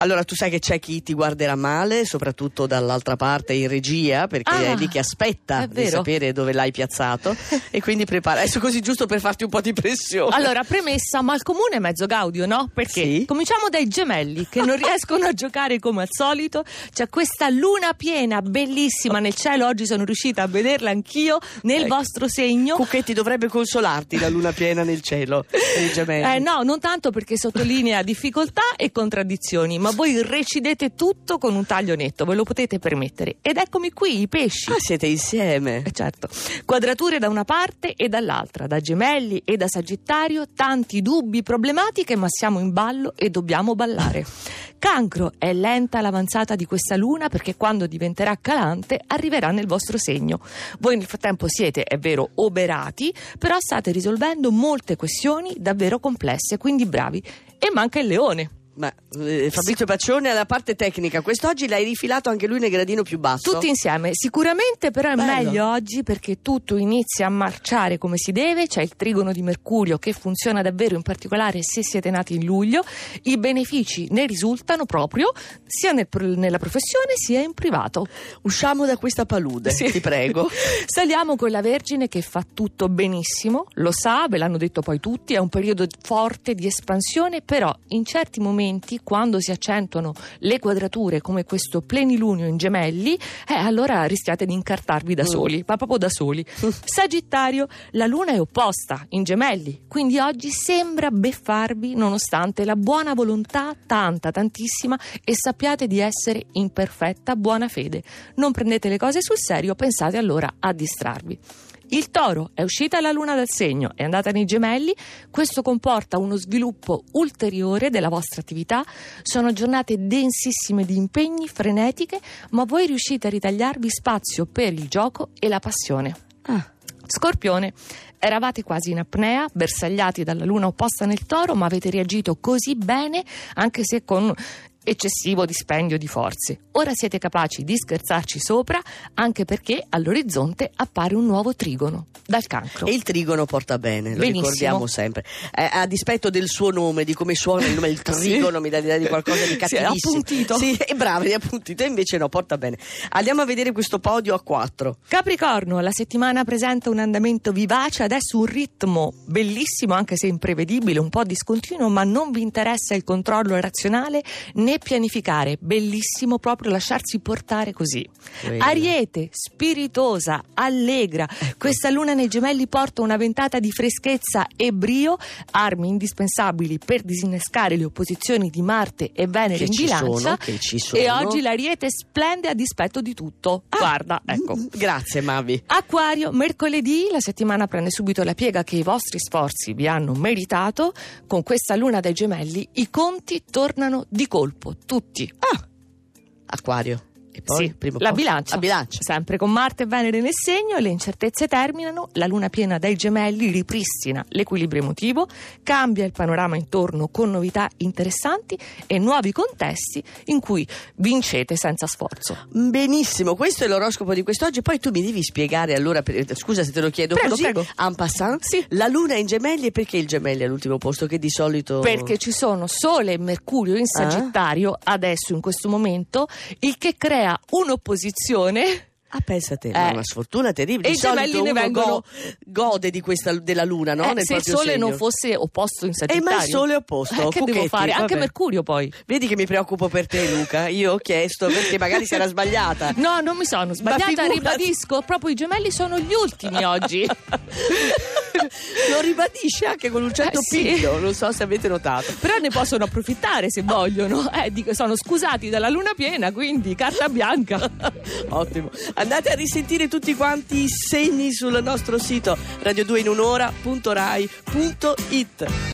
Allora, tu sai che c'è chi ti guarderà male, soprattutto dall'altra parte in regia, perché è lì che aspetta di sapere dove l'hai piazzato e quindi prepara. Adesso così giusto per farti un po' di pressione. Allora, premessa, ma il comune è mezzo gaudio, no? Perché sì. Cominciamo dai gemelli che non riescono a giocare come al solito. C'è questa luna piena bellissima nel cielo, oggi sono riuscita a vederla anch'io nel vostro segno. Cucchetti, dovrebbe consolarti la luna piena nel cielo per i gemelli. No, non tanto, perché sottolinea difficoltà e contraddizioni, ma voi recidete tutto con un taglio netto, ve lo potete permettere. Ed eccomi qui, i pesci. Siete insieme. Certo. Quadrature da una parte e dall'altra, da gemelli e da sagittario, tanti dubbi, problematiche, ma siamo in ballo e dobbiamo ballare. Cancro, è lenta l'avanzata di questa luna perché quando diventerà calante arriverà nel vostro segno. Voi nel frattempo siete, è vero, oberati, però state risolvendo molte questioni davvero complesse, quindi bravi. E manca il leone. Ma Fabrizio Paccione alla parte tecnica, quest'oggi l'hai rifilato anche lui nel gradino più basso. Tutti insieme, sicuramente, però è meglio oggi perché tutto inizia a marciare come si deve. C'è il trigono di Mercurio che funziona davvero, in particolare se siete nati in luglio. I benefici ne risultano proprio sia nella professione sia in privato. Usciamo da questa palude, ti prego. Saliamo con la Vergine che fa tutto benissimo, lo sa, ve l'hanno detto poi tutti, è un periodo forte di espansione, però in certi momenti, quando si accentuano le quadrature come questo plenilunio in gemelli, allora rischiate di incartarvi da soli, ma proprio da soli. Sagittario, la luna è opposta in gemelli, quindi oggi sembra beffarvi nonostante la buona volontà, tantissima, e sappiate di essere in perfetta buona fede. Non prendete le cose sul serio, pensate allora a distrarvi. Il Toro, è uscita la luna dal segno, è andata nei gemelli, questo comporta uno sviluppo ulteriore della vostra attività, sono giornate densissime di impegni, frenetiche, ma voi riuscite a ritagliarvi spazio per il gioco e la passione. Scorpione, eravate quasi in apnea, bersagliati dalla luna opposta nel Toro, ma avete reagito così bene, anche se con eccessivo dispendio di forze. Ora siete capaci di scherzarci sopra, anche perché all'orizzonte appare un nuovo trigono dal Cancro. E il trigono porta bene, lo Benissimo. ricordiamo sempre. A dispetto del suo nome, di come suona il nome, il trigono mi dà l'idea di qualcosa di cattivissimo. Appuntito. Sì, è bravo, è appuntito, e invece no, porta bene. Andiamo a vedere questo podio a 4. Capricorno, la settimana presenta un andamento vivace, adesso un ritmo bellissimo, anche se imprevedibile, un po' discontinuo, ma non vi interessa il controllo razionale né pianificare, bellissimo proprio lasciarsi portare così. Ariete, spiritosa, allegra, questa luna nei gemelli porta una ventata di freschezza e brio, armi indispensabili per disinnescare le opposizioni di Marte e Venere in bilancia, e oggi l'Ariete splende a dispetto di tutto. Guarda, ecco. Grazie Mavi. Acquario, mercoledì la settimana prende subito la piega che i vostri sforzi vi hanno meritato. Con questa luna dei gemelli i conti tornano di colpo, tutti. Acquario. E poi, sì, la bilancia. Sempre con Marte e Venere nel segno, le incertezze terminano, la luna piena dai gemelli ripristina l'equilibrio emotivo, cambia il panorama intorno con novità interessanti e nuovi contesti in cui vincete senza sforzo. Benissimo, questo è l'oroscopo di quest'oggi. Poi tu mi devi spiegare allora, scusa se te lo chiedo così, en passant, la luna in gemelli, e perché il gemelli è all'ultimo posto, che di solito... Perché ci sono Sole e Mercurio in Sagittario adesso in questo momento, il che crea un'opposizione. Pensate, una sfortuna terribile. E di i gemelli solito ne vengono gode di questa della luna, no? Nel se il Sole segno. non fosse opposto in Sagittario. Ma il Sole è opposto. Che devo fare? Anche Mercurio poi. Vedi che mi preoccupo per te, Luca. Io ho chiesto perché magari si era sbagliata. No, non mi sono sbagliata, ribadisco. Proprio i gemelli sono gli ultimi oggi. Lo ribadisce anche con un certo piglio, non so se avete notato. Però ne possono approfittare se vogliono. Sono scusati dalla luna piena, quindi carta bianca. Ottimo. Andate a risentire tutti quanti i segni sul nostro sito radio2inunora.rai.it.